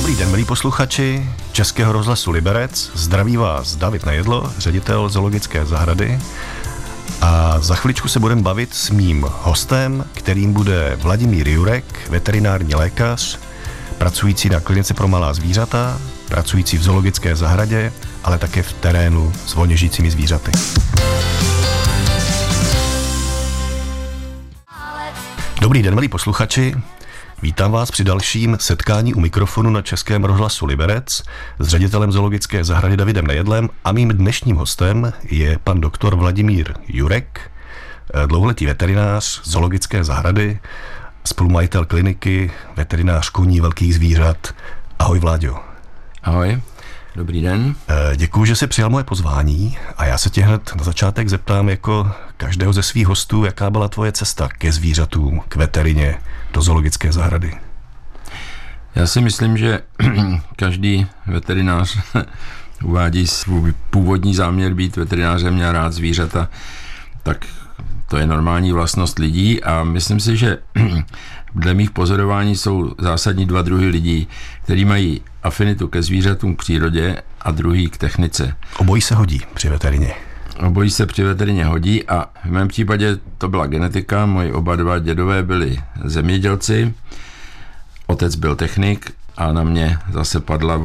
Dobrý den, milí posluchači Českého rozhlasu Liberec. Zdraví vás David Nejedlo, ředitel zoologické zahrady. A za chviličku se budeme bavit s mým hostem, kterým bude Vladimír Jurek, veterinární lékař, pracující na klinice pro malá zvířata, pracující v zoologické zahradě, ale také v terénu s volně žijícími zvířaty. Dobrý den, milí posluchači. Vítám vás při dalším setkání u mikrofonu na Českém rozhlasu Liberec s ředitelem zoologické zahrady Davidem Nejedlem a mým dnešním hostem je pan doktor Vladimír Jurek, dlouholetý veterinář zoologické zahrady, spolumajitel kliniky, veterinář koní velkých zvířat. Ahoj, Vláďo. Ahoj, dobrý den. Děkuju, že jsi přijal moje pozvání a já se tě hned na začátek zeptám jako každého ze svých hostů, jaká byla tvoje cesta ke zvířatům, k veterině, do zoologické zahrady. Já si myslím, že každý veterinář uvádí svůj původní záměr být veterinářem, měl rád zvířata, tak to je normální vlastnost lidí a myslím si, že dle mých pozorování jsou zásadní dva druhy lidí, kteří mají afinitu ke zvířatům k přírodě a druhý k technice. Obojí se hodí při veterině. Obojí se při veterině hodí a v mém případě to byla genetika. Moji oba dva dědové byli zemědělci, otec byl technik a na mě zase padla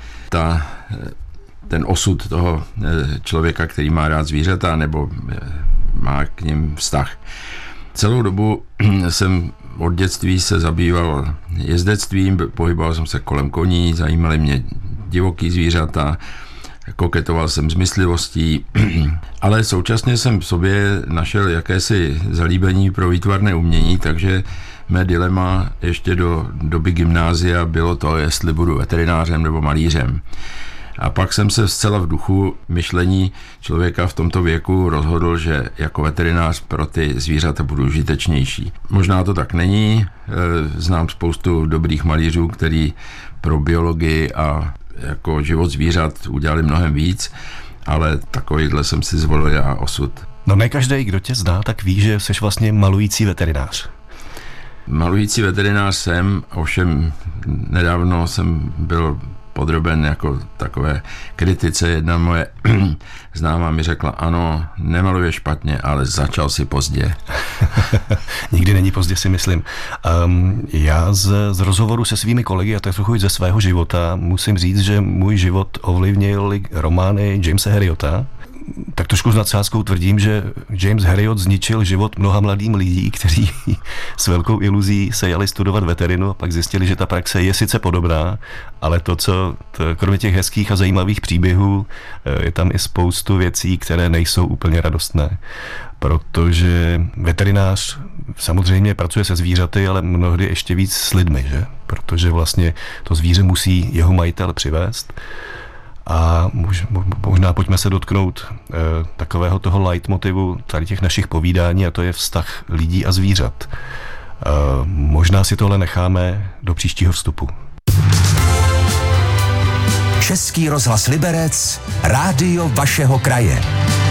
ten osud toho člověka, který má rád zvířata nebo má k nim vztah. Celou dobu jsem od dětství se zabýval jezdectvím, pohyboval jsem se kolem koní, zajímaly mě divoký zvířata, koketoval jsem s myslivostí, ale současně jsem v sobě našel jakési zalíbení pro výtvarné umění, takže mé dilema ještě do doby gymnázia bylo to, jestli budu veterinářem nebo malířem. A pak jsem se zcela v duchu myšlení člověka v tomto věku rozhodl, že jako veterinář pro ty zvířata budu užitečnější. Možná to tak není, znám spoustu dobrých malířů, kteří pro biologii a jako život zvířat udělali mnohem víc, ale takovýhle jsem si zvolil já osud. No ne každý, kdo tě zná, tak ví, že jsi vlastně malující veterinář. Malující veterinář jsem, ovšem nedávno jsem byl podroben jako takové kritice. Jedna moje známá mi řekla, ano, nemaluje špatně, ale začal si pozdě. Nikdy není pozdě, si myslím. Já z rozhovoru se svými kolegy a tak trochu ze svého života musím říct, že můj život ovlivnil romány Jamese Herriota. Tak trošku s nadsázkou tvrdím, že James Herriot zničil život mnoha mladým lidí, kteří s velkou iluzí se jali studovat veterinu a pak zjistili, že ta praxe je sice podobná, ale kromě těch hezkých a zajímavých příběhů je tam i spoustu věcí, které nejsou úplně radostné. Protože veterinář samozřejmě pracuje se zvířaty, ale mnohdy ještě víc s lidmi, že? Protože vlastně to zvíře musí jeho majitel přivést. A možná pojďme se dotknout takového toho leitmotivu tady těch našich povídání a to je vztah lidí a zvířat. Možná si tohle necháme do příštího vstupu. Český rozhlas Liberec, rádio vašeho kraje.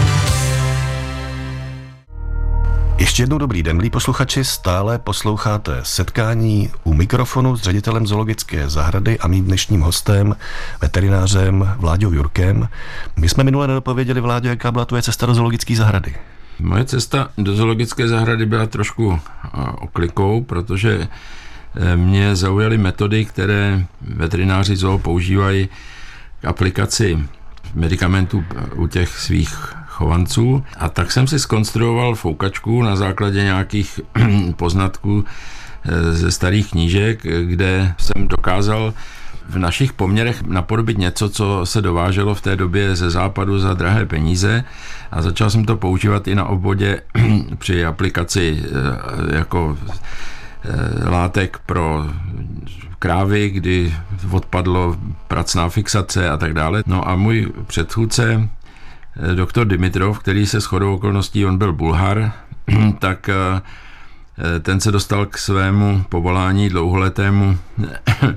Ještě jednou dobrý den, milí posluchači, stále posloucháte setkání u mikrofonu s ředitelem zoologické zahrady a mým dnešním hostem, veterinářem Vláďou Jurkem. My jsme minule nedopověděli, Vláďo, jaká byla tvoje cesta do zoologické zahrady. Moje cesta do zoologické zahrady byla trošku oklikou, protože mě zaujaly metody, které veterináři zoo používají k aplikaci medikamentů u těch svých chovanců. A tak jsem si zkonstruoval foukačku na základě nějakých poznatků ze starých knížek, kde jsem dokázal v našich poměrech napodobit něco, co se dováželo v té době ze západu za drahé peníze a začal jsem to používat i na obvodě při aplikaci jako látek pro krávy, kdy odpadlo pracná fixace a tak dále. No a můj předchůdce doktor Dimitrov, který se shodou okolností, on byl Bulhar, tak ten se dostal k svému povolání dlouholetému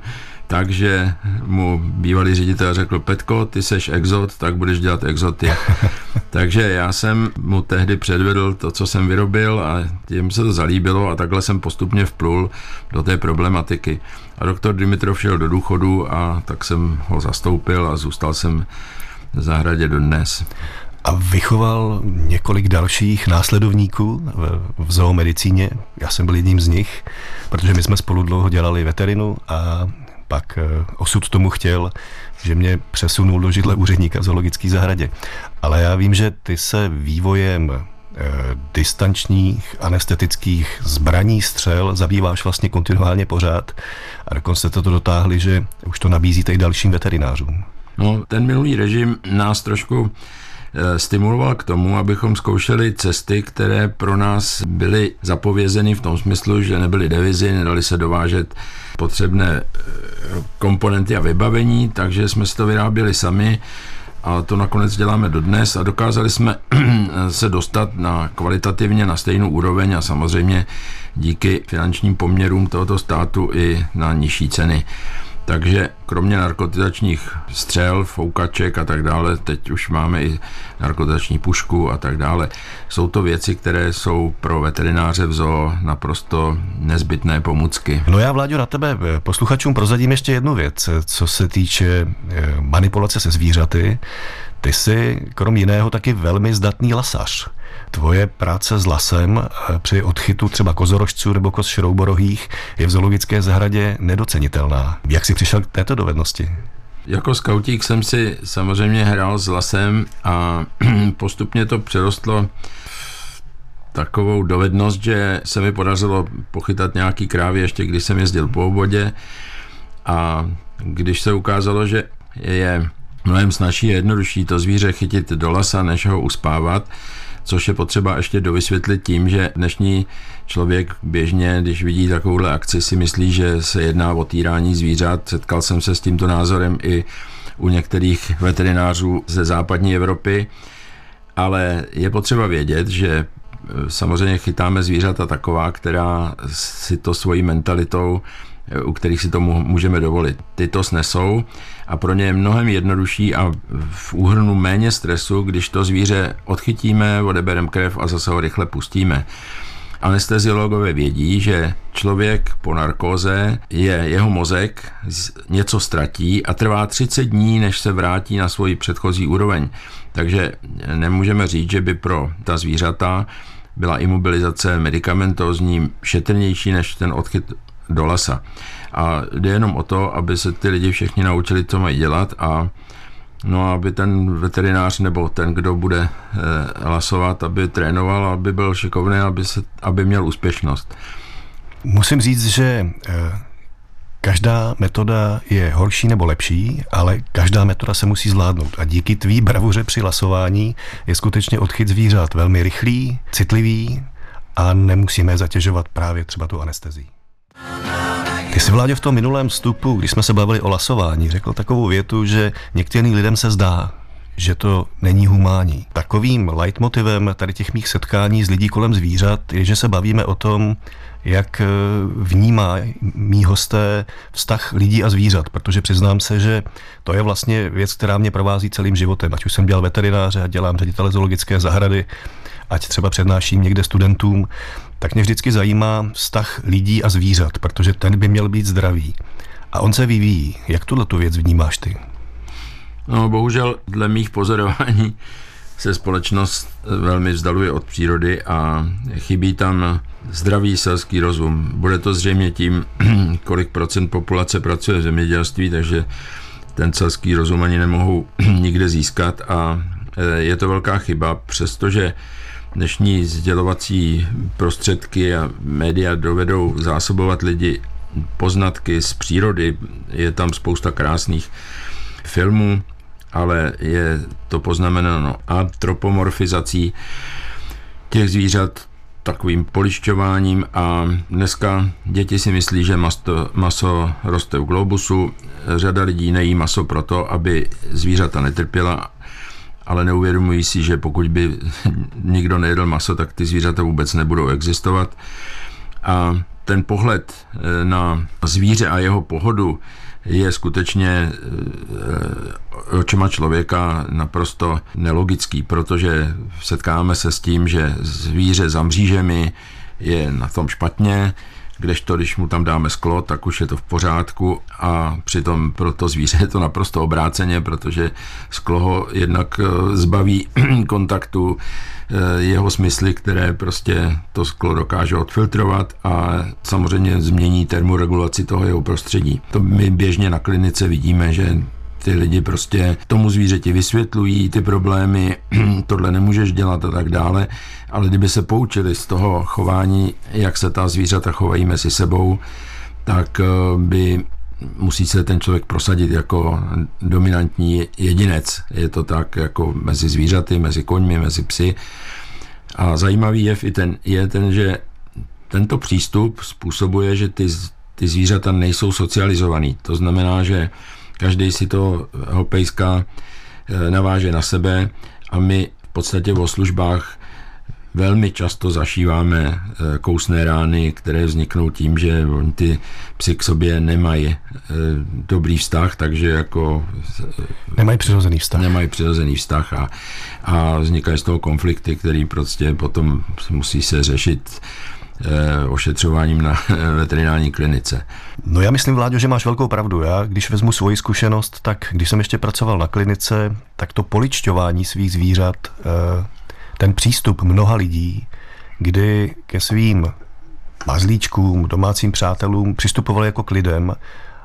takže mu bývalý ředitel řekl: Petko, ty seš exot, tak budeš dělat exoty. Takže já jsem mu tehdy předvedl to, co jsem vyrobil, a jim se to zalíbilo a takhle jsem postupně vplul do té problematiky. A doktor Dimitrov šel do důchodu a tak jsem ho zastoupil a zůstal jsem v zahradě dodnes. A vychoval několik dalších následovníků v zoomedicíně. Já jsem byl jedním z nich, protože my jsme spolu dlouho dělali veterinu a pak osud tomu chtěl, že mě přesunul do židle úředníka v zoologické zahradě. Ale já vím, že ty se vývojem distančních anestetických zbraní, střel zabýváš vlastně kontinuálně pořád a dokonce to dotáhli, že už to nabízíte i dalším veterinářům. No, ten minulý režim nás trošku stimuloval k tomu, abychom zkoušeli cesty, které pro nás byly zapovězeny v tom smyslu, že nebyly devizy, nedali se dovážet potřebné komponenty a vybavení, takže jsme si to vyráběli sami a to nakonec děláme dodnes a dokázali jsme se dostat kvalitativně na stejnou úroveň a samozřejmě díky finančním poměrům tohoto státu i na nižší ceny. Takže kromě narkotizačních střel, foukaček a tak dále, teď už máme i narkotizační pušku a tak dále. Jsou to věci, které jsou pro veterináře v zoo naprosto nezbytné pomůcky. No já, Vláďo, na tebe posluchačům prozradím ještě jednu věc, co se týče manipulace se zvířaty. Ty jsi krom jiného taky velmi zdatný lasař. Tvoje práce s lasem při odchytu třeba kozorožců nebo koz šrouborohých je v zoologické zahradě nedocenitelná. Jak jsi přišel k této dovednosti? Jako skautík jsem si samozřejmě hrál s lasem a postupně to přerostlo takovou dovednost, že se mi podařilo pochytat nějaký krávy, ještě když jsem jezdil po obvodě, a když se ukázalo, že je mnohem snazší a jednodušší to zvíře chytit do lasa, než ho uspávat, což je potřeba ještě dovysvětlit tím, že dnešní člověk běžně, když vidí takovouhle akci, si myslí, že se jedná o týrání zvířat. Setkal jsem se s tímto názorem i u některých veterinářů ze západní Evropy, ale je potřeba vědět, že samozřejmě chytáme zvířata taková, která si to svojí mentalitou, u kterých si to můžeme dovolit. Ty to snesou a pro ně je mnohem jednodušší a v úhrnu méně stresu, když to zvíře odchytíme, odebereme krev a zase ho rychle pustíme. Anesteziologové vědí, že člověk po narkóze jeho mozek něco ztratí a trvá 30 dní, než se vrátí na svoji předchozí úroveň. Takže nemůžeme říct, že by pro ta zvířata byla imobilizace medikamentózní šetrnější než ten odchyt do lasa. A jde jenom o to, aby se ty lidi všichni naučili, co mají dělat a aby ten veterinář nebo ten, kdo bude lasovat, aby trénoval, aby byl šikovný, aby měl úspěšnost. Musím říct, že každá metoda je horší nebo lepší, ale každá metoda se musí zvládnout. A díky tvý bravuře při lasování je skutečně odchyt zvířat velmi rychlý, citlivý a nemusíme zatěžovat právě třeba tu anestezii. Ty jsi, Vláďo, v tom minulém vstupu, když jsme se bavili o lasování, řekl takovou větu, že některým lidem se zdá, že to není humánní. Takovým leitmotivem tady těch mých setkání s lidí kolem zvířat je, že se bavíme o tom, jak vnímá mí hosté vztah lidí a zvířat, protože přiznám se, že to je vlastně věc, která mě provází celým životem. Ať už jsem dělal veterináře a dělám ředitele zoologické zahrady, ať třeba přednáším někde studentům, tak mě vždycky zajímá vztah lidí a zvířat, protože ten by měl být zdravý. A on se vyvíjí. Jak tu věc vnímáš ty? No, bohužel dle mých pozorování se společnost velmi vzdaluje od přírody a chybí tam zdravý selský rozum. Bude to zřejmě tím, kolik procent populace pracuje v zemědělství, takže ten selský rozum ani nemohou nikde získat a je to velká chyba, přestože dnešní sdělovací prostředky a média dovedou zásobovat lidi poznatky z přírody, je tam spousta krásných filmů, ale je to poznamenáno antropomorfizací těch zvířat, takovým polišťováním a dneska děti si myslí, že maso roste u globusu, řada lidí nejí maso proto, aby zvířata netrpěla, ale neuvědomují si, že pokud by nikdo nejedl maso, tak ty zvířata vůbec nebudou existovat. A ten pohled na zvíře a jeho pohodu je skutečně očima člověka naprosto nelogický, protože setkáme se s tím, že zvíře za mřížemi je na tom špatně, kdežto když mu tam dáme sklo, tak už je to v pořádku a přitom pro to zvíře je to naprosto obráceně, protože sklo ho jednak zbaví kontaktu jeho smysly, které prostě to sklo dokáže odfiltrovat a samozřejmě změní termoregulaci toho jeho prostředí. To my běžně na klinice vidíme, že ty lidi prostě tomu zvířeti vysvětlují ty problémy, tohle nemůžeš dělat a tak dále, ale kdyby se poučili z toho chování, jak se ta zvířata chovají mezi sebou, tak musí se ten člověk prosadit jako dominantní jedinec. Je to tak jako mezi zvířaty, mezi koňmi, mezi psy. A zajímavý jev je ten, že tento přístup způsobuje, že ty zvířata nejsou socializovaný. To znamená, že každý si to hopejska naváže na sebe a my v podstatě o službách velmi často zašíváme kousné rány, které vzniknou tím, že ty psi k sobě nemají dobrý vztah, takže jako nemají přirozený vztah a vznikají z toho konflikty, který prostě potom musí se řešit ošetřováním na veterinární klinice. No já myslím, Vláďo, že máš velkou pravdu. Já, když vezmu svoji zkušenost, tak když jsem ještě pracoval na klinice, tak to poličťování svých zvířat, ten přístup mnoha lidí, kdy ke svým mazlíčkům, domácím přátelům přistupovali jako k lidem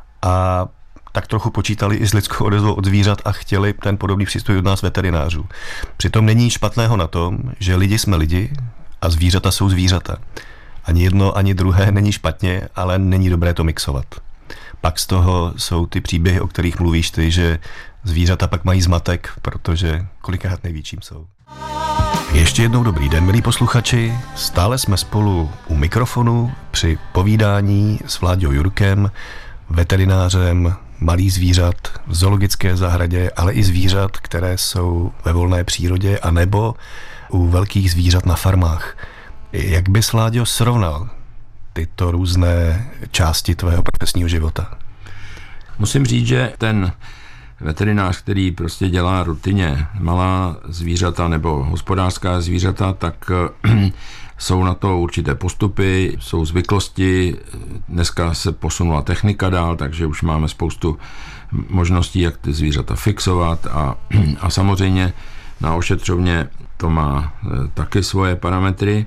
a tak trochu počítali i s lidskou odezvou od zvířat a chtěli ten podobný přístup od nás veterinářů. Přitom není nic špatného na tom, že lidi jsme lidi a zvířata jsou zvířata. Ani jedno, ani druhé není špatně, ale není dobré to mixovat. Pak z toho jsou ty příběhy, o kterých mluvíš ty, že zvířata pak mají zmatek, protože kolikrát neví, čím jsou. Ještě jednou dobrý den, milí posluchači. Stále jsme spolu u mikrofonu při povídání s Vláďou Jurkem, veterinářem malých zvířat v zoologické zahradě, ale i zvířat, které jsou ve volné přírodě, anebo u velkých zvířat na farmách. Jak bys, Vláďo, srovnal tyto různé části tvého profesního života? Musím říct, že ten veterinář, který prostě dělá rutině malá zvířata nebo hospodářská zvířata, tak jsou na to určité postupy, jsou zvyklosti. Dneska se posunula technika dál, takže už máme spoustu možností, jak ty zvířata fixovat a samozřejmě na ošetřovně to má taky svoje parametry.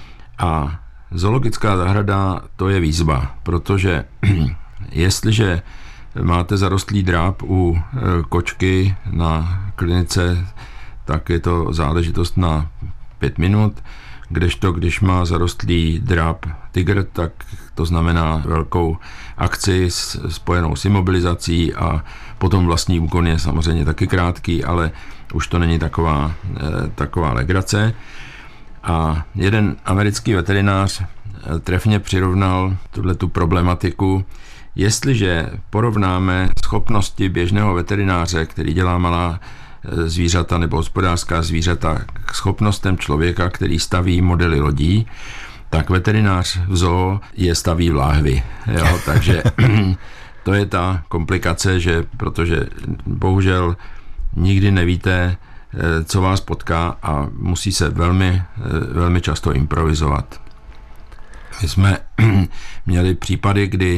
A zoologická zahrada, to je výzva, protože jestliže máte zarostlý dráp u kočky na klinice, tak je to záležitost na 5 minut, kdežto když má zarostlý dráp tygr, tak to znamená velkou akci spojenou s imobilizací a potom vlastní úkon je samozřejmě taky krátký, ale už to není taková legrace. A jeden americký veterinář trefně přirovnal tu problematiku. Jestliže porovnáme schopnosti běžného veterináře, který dělá malá zvířata nebo hospodářská zvířata, k schopnostem člověka, který staví modely lodí, tak veterinář v zoo je staví v láhvi. Jo? Takže to je ta komplikace, že protože bohužel nikdy nevíte, co vás potká a musí se velmi, velmi často improvizovat. My jsme měli případy, kdy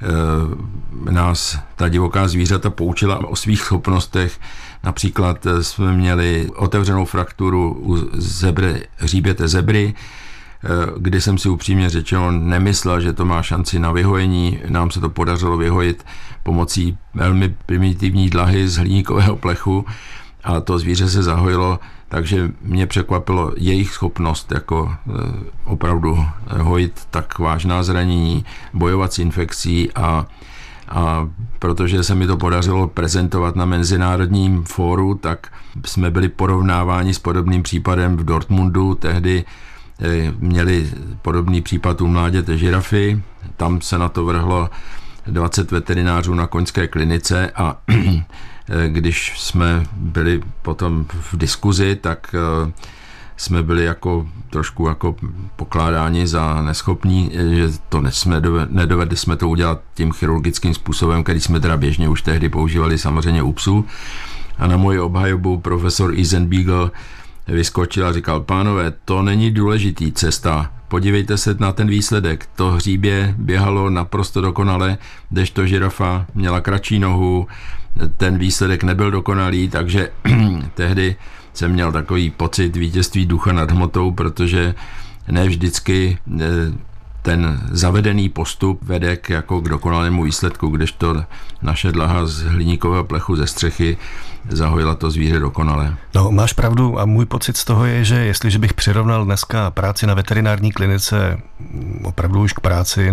nás ta divoká zvířata poučila o svých schopnostech. Například jsme měli otevřenou frakturu u hříběte zebry, kdy jsem si upřímně řečeno nemyslel, že to má šanci na vyhojení. Nám se to podařilo vyhojit pomocí velmi primitivní dlahy z hliníkového plechu a to zvíře se zahojilo, takže mě překvapilo jejich schopnost jako opravdu hojit tak vážná zranění, bojovat s infekcí a protože se mi to podařilo prezentovat na mezinárodním fóru, tak jsme byli porovnáváni s podobným případem v Dortmundu. Tehdy měli podobný případ u mláděte žirafy. Tam se na to vrhlo 20 veterinářů na koňské klinice a když jsme byli potom v diskuzi, tak jsme byli trošku pokládáni za neschopní, že to nedovedli jsme to udělat tím chirurgickým způsobem, který jsme teda běžně už tehdy používali samozřejmě u psů. A na moji obhajobu profesor Eisenbiegel vyskočil a říkal, pánové, to není důležitý cesta, podívejte se na ten výsledek, to hříbě běhalo naprosto dokonale, kdežto žirafa měla kratší nohu, ten výsledek nebyl dokonalý, takže tehdy jsem měl takový pocit vítězství ducha nad hmotou, protože ne vždycky ten zavedený postup vede k dokonalému výsledku, kdežto naše dlaha z hliníkového plechu ze střechy zahojila to zvíře dokonale. No, máš pravdu a můj pocit z toho je, že jestliže bych přirovnal dneska práci na veterinární klinice opravdu už k práci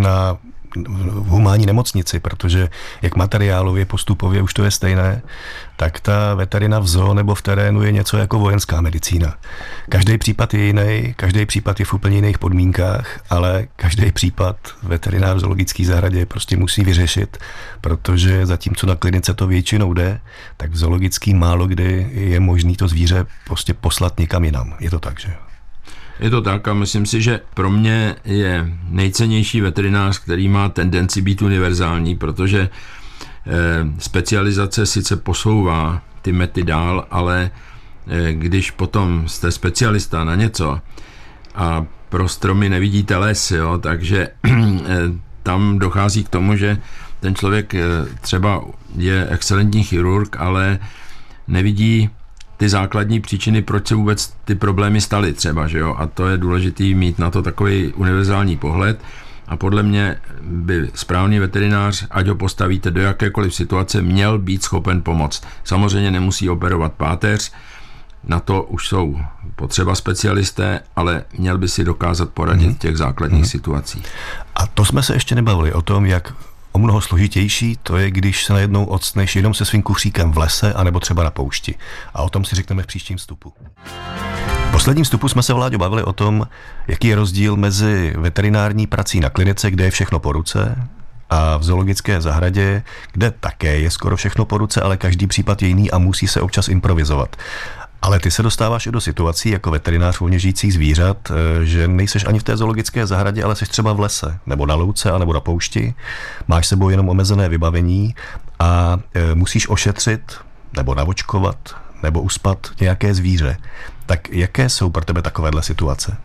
v humánní nemocnici, protože jak materiálově, postupově už to je stejné, tak ta veterina v zoo nebo v terénu je něco jako vojenská medicína. Každý případ je jiný, každý případ je v úplně jiných podmínkách, ale každý případ veterinář v zoologické zahradě prostě musí vyřešit, protože zatímco na klinice to většinou jde, tak v zoologický málo kdy je možný to zvíře prostě poslat někam jinam. Je to tak, že jo? Je to tak a myslím si, že pro mě je nejcennější veterinář, který má tendenci být univerzální, protože specializace sice posouvá ty mety dál, ale když potom jste specialista na něco a pro stromy nevidíte les, jo, takže tam dochází k tomu, že ten člověk třeba je excelentní chirurg, ale nevidí ty základní příčiny, proč se vůbec ty problémy staly třeba, že jo? A to je důležitý mít na to takový univerzální pohled a podle mě by správný veterinář, ať ho postavíte do jakékoliv situace, měl být schopen pomoct. Samozřejmě nemusí operovat páteř, na to už jsou potřeba specialisté, ale měl by si dokázat poradit v těch základních situacích. A to jsme se ještě nebavili o tom, jak o mnoho složitější to je, když se najednou odstneš jenom se svým kufříkem v lese anebo třeba na poušti. A o tom si řekneme v příštím vstupu. V posledním vstupu jsme se, Vláďo, bavili o tom, jaký je rozdíl mezi veterinární prací na klinice, kde je všechno po ruce, a v zoologické zahradě, kde také je skoro všechno po ruce, ale každý případ je jiný a musí se občas improvizovat. Ale ty se dostáváš i do situací jako veterinář volně žijících zvířat, že nejseš ani v té zoologické zahradě, ale jsi třeba v lese, nebo na louce, nebo na poušti. Máš sebou jenom omezené vybavení a musíš ošetřit, nebo navočkovat, nebo uspat nějaké zvíře. Tak jaké jsou pro tebe takovéhle situace?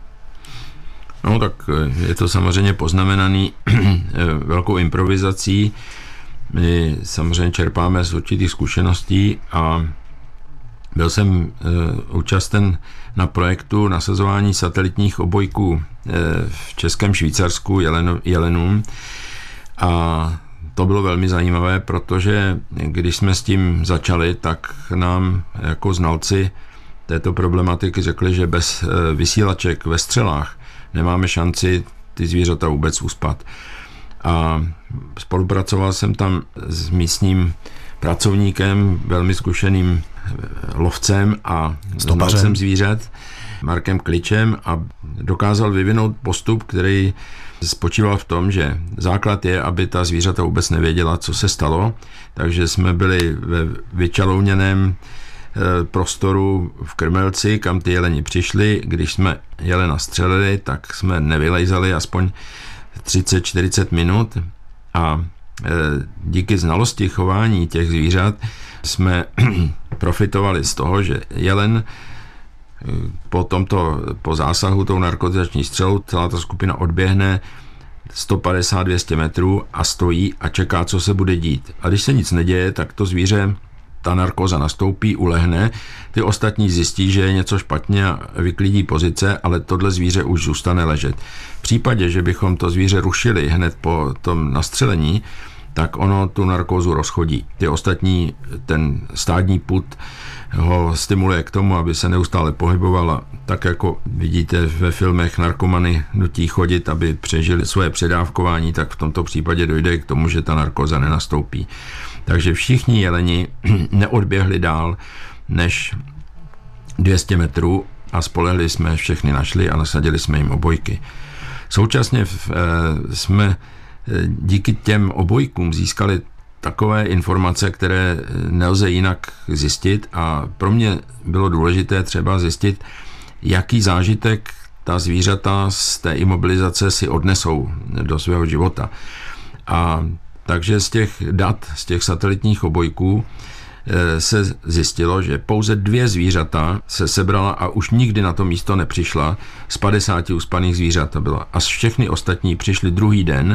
No tak je to samozřejmě poznamenaný velkou improvizací. My samozřejmě čerpáme z určitých zkušeností a byl jsem účasten na projektu nasazování satelitních obojků v Českém Švýcarsku jelenům a to bylo velmi zajímavé, protože když jsme s tím začali, tak nám jako znalci této problematiky řekli, že bez vysílaček ve střelách nemáme šanci ty zvířata vůbec uspat. A spolupracoval jsem tam s místním pracovníkem, velmi zkušeným lovcem a znalcem zvířat, Markem Kličem, a dokázal vyvinout postup, který spočíval v tom, že základ je, aby ta zvířata vůbec nevěděla, co se stalo, takže jsme byli ve vyčalouněném prostoru v Krmelci, kam ty jeleni přišli. Když jsme jelena střelili, tak jsme nevylejzali aspoň 30-40 minut a díky znalosti chování těch zvířat jsme profitovali z toho, že jelen po zásahu tou narkotizační střelou celá ta skupina odběhne 150-200 metrů a stojí a čeká, co se bude dít. A když se nic neděje, tak to zvíře, ta narkóza nastoupí, ulehne, ty ostatní zjistí, že je něco špatně a vyklidí pozice, ale tohle zvíře už zůstane ležet. V případě, že bychom to zvíře rušili hned po tom nastřelení, tak ono tu narkózu rozchodí. Ty ostatní, ten stádní pud ho stimuluje k tomu, aby se neustále pohybovala. Tak jako vidíte ve filmech, narkomany nutí chodit, aby přežili svoje předávkování, tak v tomto případě dojde k tomu, že ta narkóza nenastoupí. Takže všichni jeleni neodběhli dál než 200 metrů a spolehli jsme, všechny našli a nasadili jsme jim obojky. Současně jsme díky těm obojkům získali takové informace, které nelze jinak zjistit, a pro mě bylo důležité třeba zjistit, jaký zážitek ta zvířata z té imobilizace si odnesou do svého života. A takže z těch dat, z těch satelitních obojků se zjistilo, že pouze 2 zvířata se sebrala a už nikdy na to místo nepřišla z 50 uspaných zvířat to bylo. A všechny ostatní přišli druhý den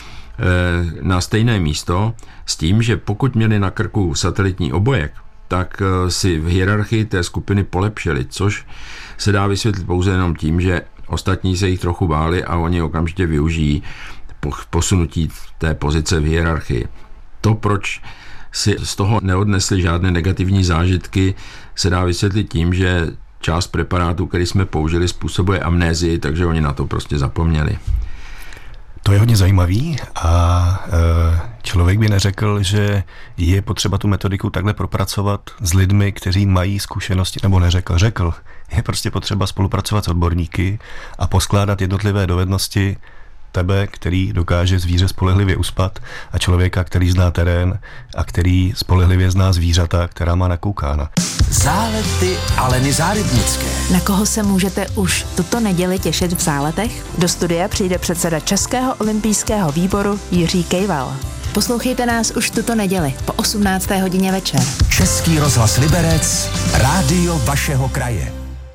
na stejné místo s tím, že pokud měli na krku satelitní obojek, tak si v hierarchii té skupiny polepšili, což se dá vysvětlit pouze jenom tím, že ostatní se jich trochu báli a oni okamžitě využijí posunutí té pozice v hierarchii. To, proč si z toho neodnesli žádné negativní zážitky, se dá vysvětlit tím, že část preparátů, který jsme použili, způsobuje amnézii, takže oni na to prostě zapomněli. To je hodně zajímavý a člověk by neřekl, že je potřeba tu metodiku takhle propracovat s lidmi, kteří mají zkušenosti, nebo řekl. Je prostě potřeba spolupracovat s odborníky a poskládat jednotlivé dovednosti tebe, který dokáže zvíře spolehlivě uspat a člověka, který zná terén a který spolehlivě zná zvířata, která má nakoukána. Zálety Aleny Zárybnické. Na koho se můžete už tuto neděli těšit v záletech? Do studia přijde předseda Českého olympijského výboru Jiří Kejval. Poslouchejte nás už tuto neděli po 18. hodině večer. Český rozhlas Liberec, rádio vašeho kraje.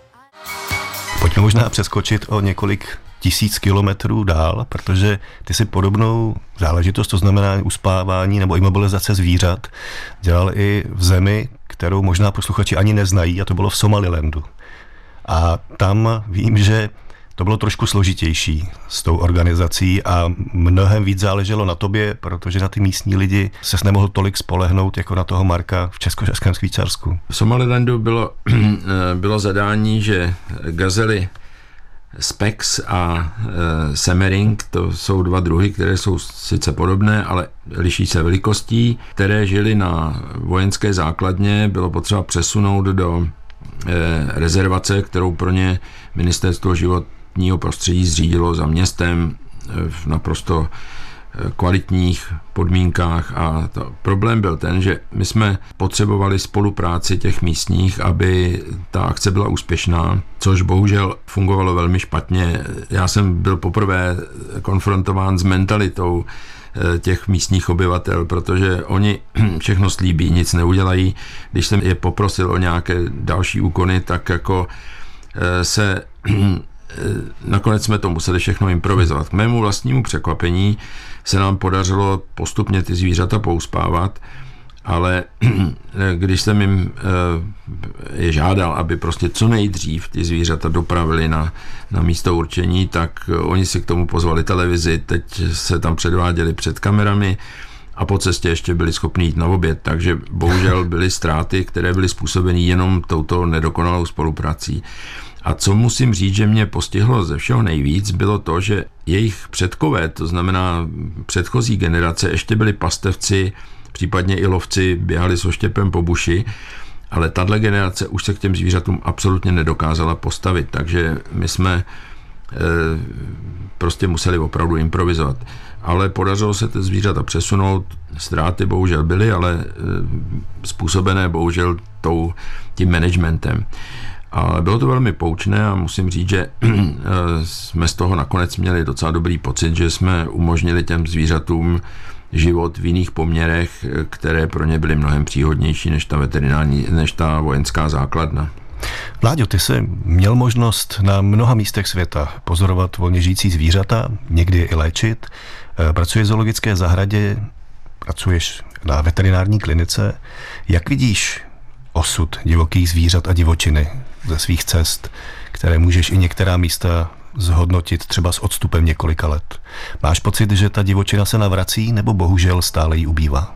Pojďme možná přeskočit o několik 1000 kilometrů dál, protože ty si podobnou záležitost, to znamená uspávání nebo imobilizace zvířat, dělal i v zemi, kterou možná posluchači ani neznají, a to bylo v Somalilandu. A tam vím, že to bylo trošku složitější s tou organizací a mnohem víc záleželo na tobě, protože na ty místní lidi ses nemohl tolik spolehnout jako na toho Marka v Českočeském Švýcarsku. V Somalilandu bylo zadání, že gazely Spex a Semmering, to jsou 2 druhy, které jsou sice podobné, ale liší se velikostí, které žili na vojenské základně, bylo potřeba přesunout do rezervace, kterou pro ně Ministerstvo životního prostředí zřídilo za městem v naprosto kvalitních podmínkách a problém byl ten, že my jsme potřebovali spolupráci těch místních, aby ta akce byla úspěšná, což bohužel fungovalo velmi špatně. Já jsem byl poprvé konfrontován s mentalitou těch místních obyvatel, protože oni všechno slíbí, nic neudělají. Když jsem je poprosil o nějaké další úkony, tak jako nakonec jsme to museli všechno improvizovat. K mému vlastnímu překvapení se nám podařilo postupně ty zvířata pouspávat, ale když jsem jim je žádal, aby prostě co nejdřív ty zvířata dopravili na místo určení, tak oni si k tomu pozvali televizi, teď se tam předváděli před kamerami a po cestě ještě byli schopni jít na oběd, takže bohužel byly ztráty, které byly způsobeny jenom touto nedokonalou spoluprací. A co musím říct, že mě postihlo ze všeho nejvíc, bylo to, že jejich předkové, to znamená předchozí generace, ještě byli pastevci, případně i lovci, běhali s oštěpem po buši, ale tato generace už se k těm zvířatům absolutně nedokázala postavit, takže my jsme prostě museli opravdu improvizovat. Ale podařilo se ty zvířata přesunout, ztráty bohužel byly, ale způsobené bohužel tím managementem. Ale bylo to velmi poučné a musím říct, že jsme z toho nakonec měli docela dobrý pocit, že jsme umožnili těm zvířatům život v jiných poměrech, které pro ně byly mnohem příhodnější než ta vojenská základna. Vláďo, ty jsi měl možnost na mnoha místech světa pozorovat volně žijící zvířata, někdy i léčit. Pracuješ v zoologické zahradě, pracuješ na veterinární klinice. Jak vidíš osud divokých zvířat a divočiny ze svých cest, které můžeš i některá místa zhodnotit třeba s odstupem několika let? Máš pocit, že ta divočina se navrací, nebo bohužel stále jí ubývá?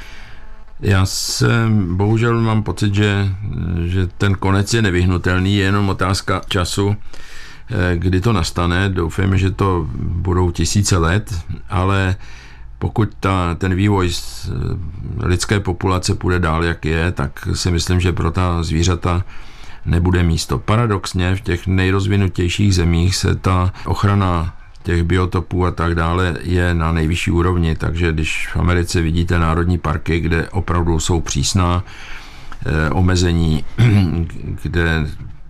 Já bohužel mám pocit, že ten konec je nevyhnutelný, je jenom otázka času, kdy to nastane. Doufám, že to budou tisíce let, ale pokud ten vývoj lidské populace půjde dál, jak je, tak si myslím, že pro ta zvířata nebude místo. Paradoxně v těch nejrozvinutějších zemích se ta ochrana těch biotopů a tak dále je na nejvyšší úrovni, takže když v Americe vidíte národní parky, kde opravdu jsou přísná omezení, kde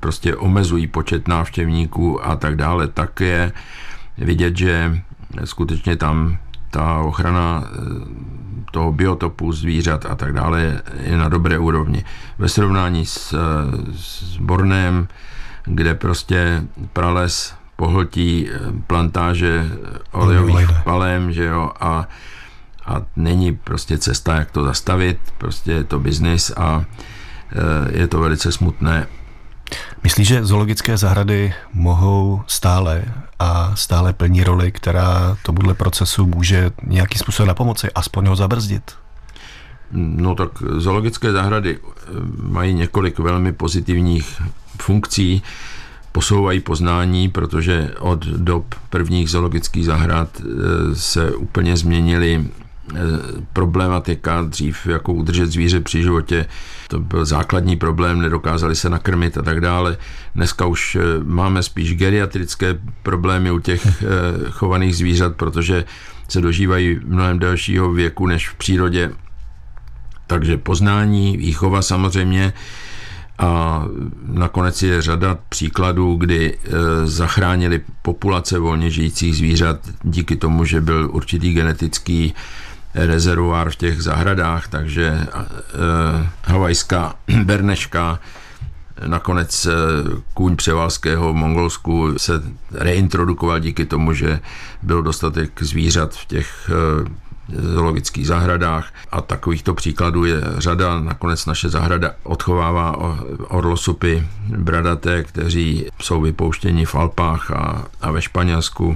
prostě omezují počet návštěvníků a tak dále, tak je vidět, že skutečně tam ta ochrana toho biotopu zvířat a tak dále je na dobré úrovni. Ve srovnání s Bornem, kde prostě prales pohltí plantáže olejových palem, že jo, a není prostě cesta, jak to zastavit, prostě je to biznis a je to velice smutné. Myslíš, že zoologické zahrady mohou stále plní roli, která tomuhle procesu může nějakým způsobem napomoci, aspoň ho zabrzdit? No tak zoologické zahrady mají několik velmi pozitivních funkcí, posouvají poznání, protože od dob prvních zoologických zahrad se úplně změnily problematika, dřív jako udržet zvíře při životě, to byl základní problém, nedokázali se nakrmit a tak dále. Dneska už máme spíš geriatrické problémy u těch chovaných zvířat, protože se dožívají mnohem delšího věku než v přírodě. Takže poznání, výchova samozřejmě a nakonec je řada příkladů, kdy zachránili populace volně žijících zvířat díky tomu, že byl určitý genetický rezervoár v těch zahradách, takže havajská berneška, nakonec kůň převalského v Mongolsku se reintrodukoval díky tomu, že byl dostatek zvířat v těch zoologických zahradách a takovýchto příkladů je řada. Nakonec naše zahrada odchovává orlosupy bradaté, kteří jsou vypouštěni v Alpách a ve Španělsku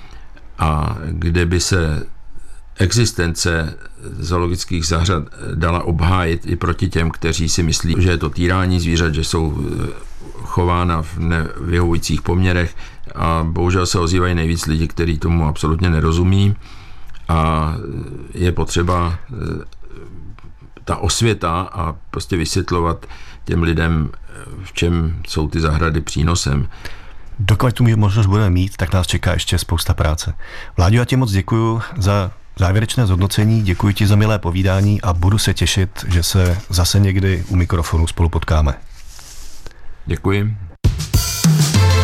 a kde by se existence zoologických zahrad dala obhájit i proti těm, kteří si myslí, že je to týrání zvířat, že jsou chována v nevyhovujících poměrech a bohužel se ozývají nejvíc lidi, kteří tomu absolutně nerozumí a je potřeba ta osvěta a prostě vysvětlovat těm lidem, v čem jsou ty zahrady přínosem. Dokud tu možnost budeme mít, tak nás čeká ještě spousta práce. Vláďo, já ti moc děkuju za závěrečné zhodnocení, děkuji ti za milé povídání a budu se těšit, že se zase někdy u mikrofonu spolu potkáme. Děkuji.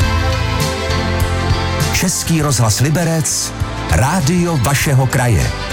Český rozhlas Liberec, rádio vašeho kraje.